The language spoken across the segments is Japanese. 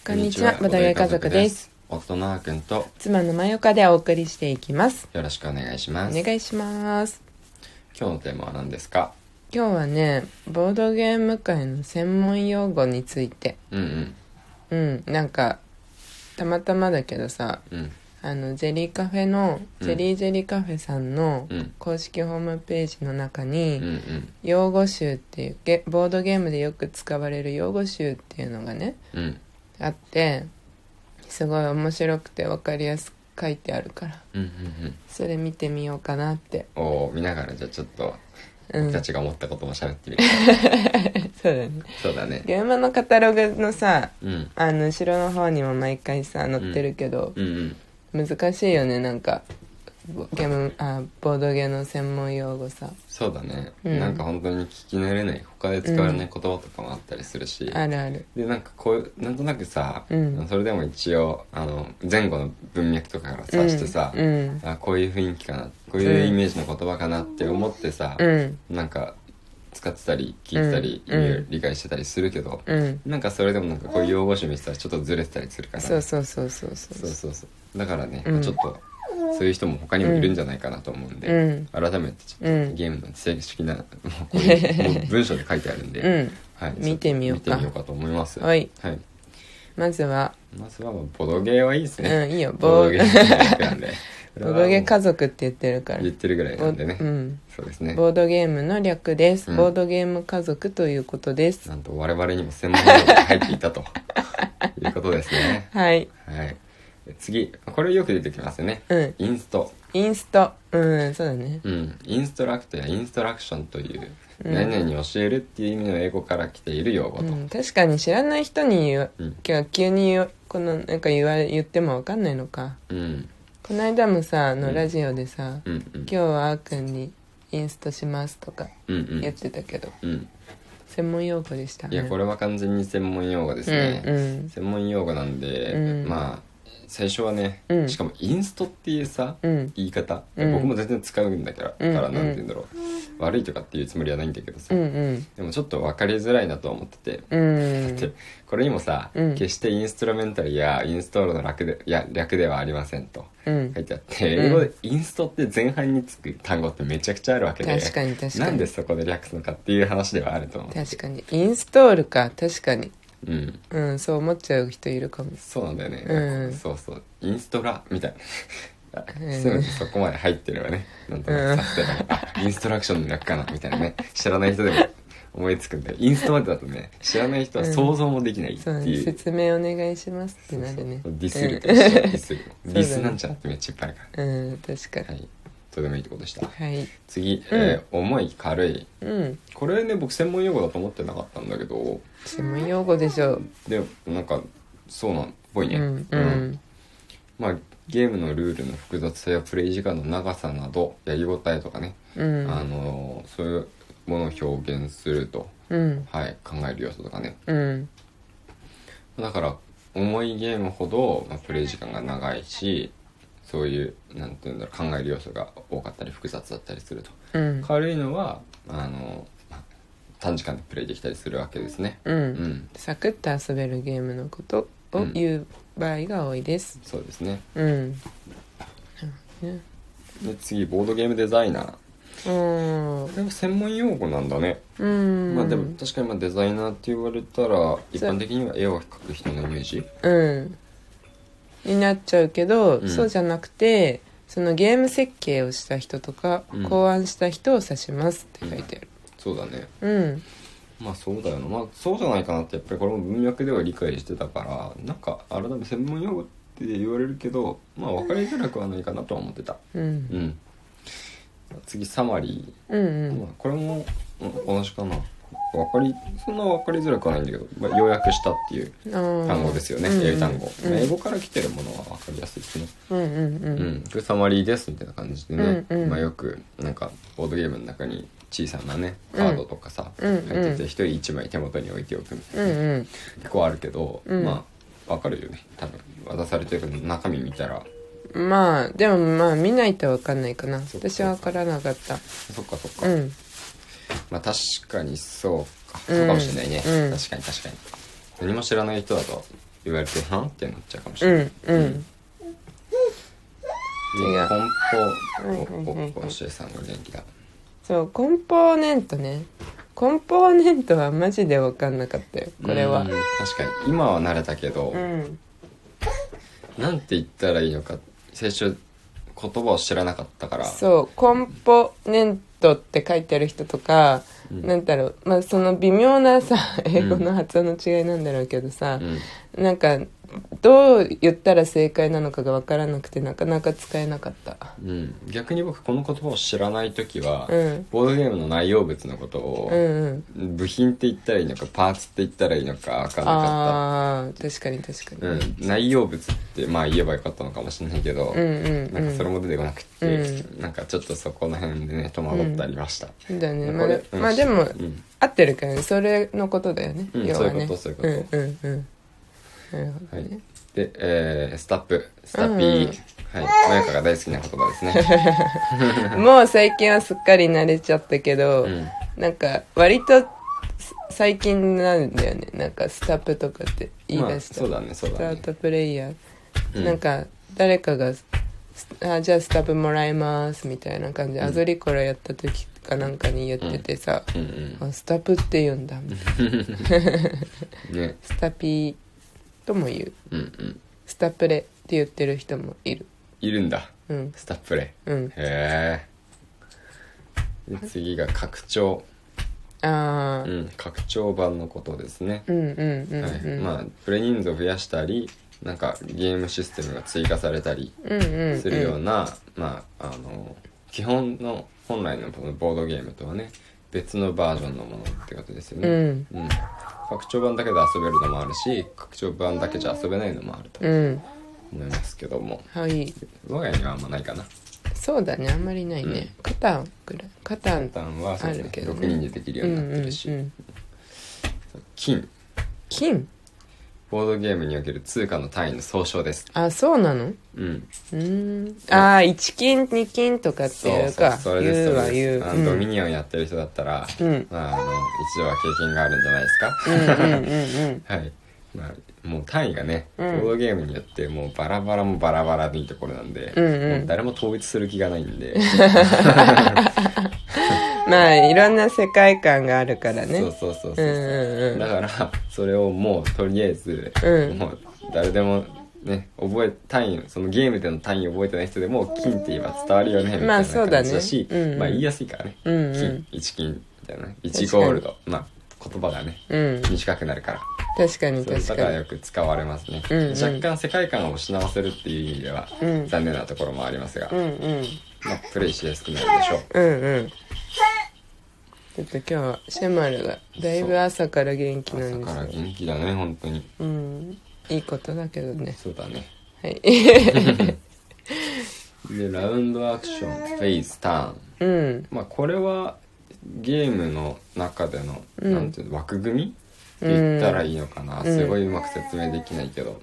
こんにちは、ボードゲー家族です。 夫のあーくんと妻のまよかでお送りしていきます。 よろしくお願いします。 お願いします。 今日のテーマは何ですか？ 今日はね、ボードゲーム界の専門用語について。なんかたまたまだけどさ、ゼリーカフェのゼリーカフェさんの公式ホームページの中に、用語集っていうボードゲームでよく使われる用語集っていうのがね、あって、すごい面白くて分かりやすく書いてあるから、それ見てみようかなって。 見ながらじゃあちょっと僕たちが思ったことも喋ってみるそうだね。 ゲームのカタログのさ、後ろの方にも毎回さ載ってるけど、難しいよね。なんかボードゲーの専門用語さ。 そうだね、なんか本当に聞き慣れない、他で使われない言葉とかもあったりするし、 あるある。 でなんかこうなんとなくさ、それでも一応前後の文脈とかから察してさ、こういう雰囲気かな、こういうイメージの言葉かなって思ってさ、なんか使ってたり聞いてたり、理解してたりするけど、なんかそれでもなんかこういう用語集見てたらちょっとずれてたりするから、 そうだからね、ちょっとそういう人も他にもいるんじゃないかなと思うんで、改めてちょっとゲームの正式なもう文章で書いてあるんで、 見てみようかと思います。 はい、まずはボドゲーはいいですね。 いいよ。 ボドゲーなんでボドゲ家族って言ってるから言ってるぐらいなんでね、そうですね。 ボードゲームの略です、ボードゲーム家族ということです。 なんと我々にも専門用語が入っていたということですね。はい、次、これよく出てきますよね、インスト、 そうだね、 インストラクトやインストラクションという、何々に教えるっていう意味の英語から来ている用語と、 確かに知らない人に急にこのなんか言っても分かんないのか。この間もさラジオでさ、今日はあーくんにインストしますとか言ってたけど、専門用語でしたね。 いや、これは完全に専門用語ですね、専門用語なんで、まあ最初はね、しかもインストっていうさ、言い方、僕も全然使うんだから、なんて言うんだろう、悪いとかっていうつもりはないんだけどさ、でもちょっと分かりづらいなと思ってて、だってこれにもさ、決してインストラメンタルやインストールの略ではありませんと書いてあって、英語でインストって前半につく単語ってめちゃくちゃあるわけで、 確かになんでそこで略すのかっていう話ではあると思う。 確かにインストールか、確かにそう思っちゃう人いるかも。 そうなんだよね、そうインストラみたいなすぐそこまで入ってればね、なんとなくさせてインストラクションの略かなみたいなね、知らない人でも思いつくんで、インストまでだとね、知らない人は想像もできないっていう、 説明お願いしますってなるね。 ディスるとしてディスるディスなんちゃらってめっちゃいっぱいあるから、 確かに、 とてもいいところでした。次、重い軽い、これね僕専門用語だと思ってなかったんだけど、 専門用語でしょ。 でなんかそうなんっぽいね。まあゲームのルールの複雑さやプレイ時間の長さなどやりごたえとかね、そういうものを表現すると、考える要素とかね、だから重いゲームほど、プレイ時間が長いし、そういうなんていうんだろう、考える要素が多かったり複雑だったりすると、軽いのは短時間でプレイできたりするわけですね。 サクッと遊べるゲームのことを言う場合が多いです。 そうですね。で次、ボードゲームデザイナー。これも専門用語なんだね。でも確かにデザイナーって言われたら一般的には絵を描く人のイメージになっちゃうけど、そうじゃなくてそのゲーム設計をした人とか、考案した人を指しますって書いてある。 そうだね。そうだよな。そうじゃないかなってやっぱりこれも文脈では理解してたから、なんか改めて専門用語って言われるけど、分かりづらくはないかなとは思ってた。次、サマリー。これも同じかな。そんな分かりづらくはないんだけど、要約したっていう単語ですよね。英単語、英語から来てるものは分かりやすいですね。これサマリーですみたいな感じでね、よくなんかボードゲームの中に小さなねカードとかさ、入ってて一人一枚手元に置いておくみたいな、結構あるけど、分かるよね多分。渡されてる中身見たら。 でも見ないと分かんないかな。私は分からなかった。 そっか確かにそうかもしれないね。確かに何も知らない人だと言われてはんってなっちゃうかもしれない。 うんうん。 コンポシエさんが元気だ。 そうコンポーネントね。コンポーネントはマジで分かんなかったよこれは。 確かに今は慣れたけど、なんて言ったらいいのか最初言葉を知らなかったから。 そうコンポネントって書いてある人とか、なんだろう、まあその微妙なさ英語の発音の違いなんだろうけどさ、なんかどう言ったら正解なのかが分からなくてなかなか使えなかった。 逆に僕この言葉を知らない時は、ボードゲームの内容物のことを、部品って言ったらいいのかパーツって言ったらいいのか分かんなかった。 あ確かに確かに、内容物ってまあ言えばよかったのかもしれないけど、なんかそれも出てこなくて、なんかちょっとそこの辺でね戸惑ってありました。 だね。まあでも、合ってるからねそれのことだよね。要はね。 そういうこと。 なるほどね。 で、スタピー、まやかが大好きな言葉ですね。 もう最近はすっかり慣れちゃったけど、なんか割と最近なんだよね。なんかスタップとかって言い出した。 そうだね。 スタートプレイヤー、なんか誰かがじゃあスタップもらいますみたいな感じで、アグリコラやった時かなんかに言っててさ、スタップって言うんだみたいな、スタピーとも言う、スタプレって言ってる人もいるんだ、スタプレ、へえ。で次が拡張。拡張版のことですね。まあプレイ人数を増やしたりなんかゲームシステムが追加されたりするような、まあ基本の本来のボードゲームとはね別のバージョンのものってことですよね。拡張版だけで遊べるのもあるし拡張版だけじゃ遊べないのもあると思いますけども、我が家にはあんまないかな。 そうだねあんまりないね。カタンぐらい。カタンはそう、ね、6人でできるようになってるし、金ボードゲームにおける通貨の単位の総称です。 あ、そうなの？1金2金とかっていうか。 それです。言うドミニオンやってる人だったら、一度は経験があるんじゃないですか。はい。まあ、もう単位がね、ボードゲームによってもうバラバラでいいところなんで、もう誰も統一する気がないんで。 まあいろんな世界観があるからね。 そうだからそれをもうとりあえず、もう誰でもね単位そのゲームでの単位を覚えてない人でも金って言えば伝わるよねみたいな感じだし、まあ言いやすいからね、金1金みたいな1ゴールド、まあ言葉がね、短くなるから。 確かにだからよく使われますね。若干世界観を失わせるっていう意味では、残念なところもありますが、まあプレイしやすくなるでしょう。 ちょっと今日はシェマルがだいぶ朝から元気なんですよ。 朝から元気だね本当に。 いいことだけどね。 そうだね。 はい。 でラウンドアクションフェイスターン。まあこれはゲームの中での、なんていうの枠組みって言ったらいいのかな、すごいうまく説明できないけど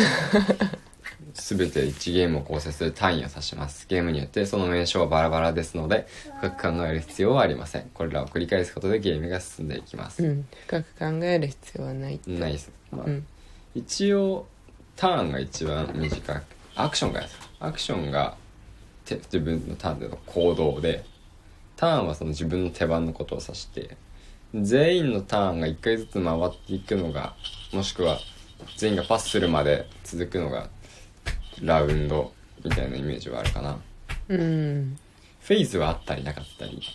全て1ゲームを構成する単位を指します。ゲームによってその名称はバラバラですので深く考える必要はありません。これらを繰り返すことでゲームが進んでいきます。 深く考える必要はないです、まあ一応ターンが一番短くアクションが自分のターンでの行動で、ターンはその自分の手番のことを指して全員のターンが1回ずつ回っていくのがもしくは全員がパスするまで続くのがラウンドみたいなイメージはあるかな。フェイズはあったりなかったり。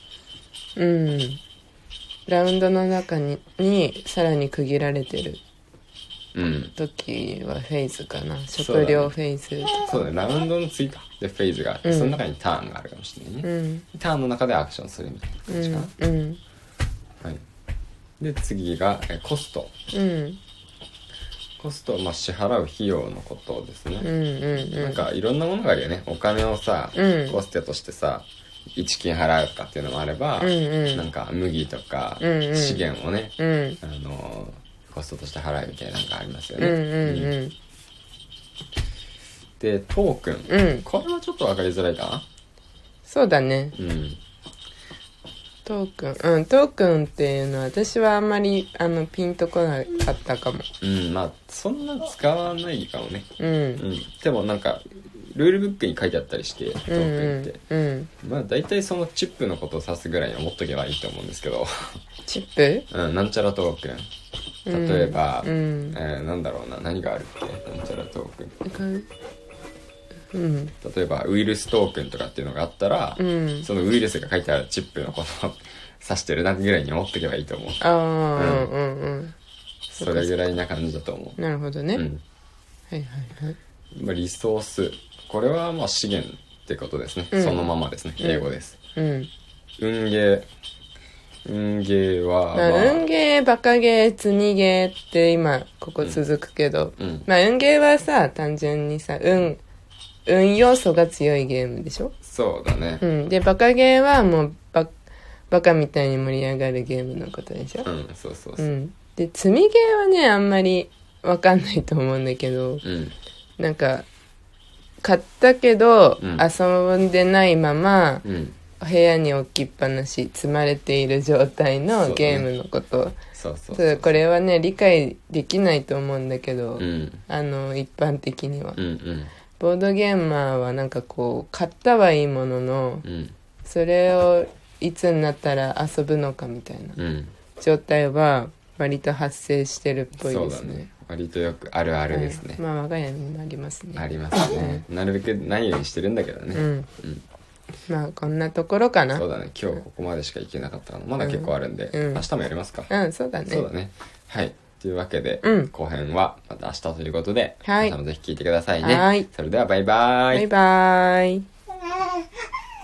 ラウンドの中にさらに区切られてる時はフェイズかな。食料フェイズとか。 そうだね。ラウンドの追加でフェイズがあって、その中にターンがあるかもしれないね。ターンの中でアクションするみたいな感じかな。はい。で次がコスト。コスト、まあ、支払う費用のことですね。なんかいろんなものがあるよね。お金をさ、コストとしてさ1金払うとかっていうのもあれば、なんか麦とか資源をね、コストとして払うみたいなのがありますよね。でトークン、これはちょっと分かりづらいかな。 そうだね。 トークンっていうのは私はあんまりピンとこなかったかも。 まあそんな使わないかもね。でもなんかルールブックに書いてあったりして、トークンって、まあ大体そのチップのことを指すぐらいに思っとけばいいと思うんですけど。 チップ？ なんちゃらトークン。例えば、なんだろうな、何があるっけ、なんちゃらトークン。例えばウイルストークンとかっていうのがあったら、そのウイルスが書いてあるチップのことを指してるなぐらいに思っとけばいいと思う。それぐらいな感じだと思う。 なるほどね。はいはいはい。 まあ、リソース、これはまあ資源ってことですね。そのままですね。英語です。運ゲーは、 運ゲー、バカゲー、積みゲーって今ここ続くけど、まあ運ゲーはさ、単純にさ、運要素が強いゲームでしょ。 そうだね。 でバカゲーはもうバカみたいに盛り上がるゲームのことでしょ。 そうそうそう。 で積みゲーはねあんまり分かんないと思うんだけど、なんか買ったけど、遊んでないまま、部屋に置きっぱなし積まれている状態のゲームのこと、これはね理解できないと思うんだけど、一般的には、ボードゲーマーはなんかこう買ったはいいものの、それをいつになったら遊ぶのかみたいな状態は割と発生してるっぽいですね。そうだね、 割とよくあるあるですね。 まあ我が家にもありますね。 ありますね。なるべくないようにしてるんだけどね。 まあこんなところかな。 そうだね、今日ここまでしか行けなかったのまだ結構あるんで、明日もやりますか。 そうだね。 そうだね。はい。というわけで、後編はまた明日ということで、皆さんもぜひ聞いてくださいね。それではバイバーイ。 バイバーイ。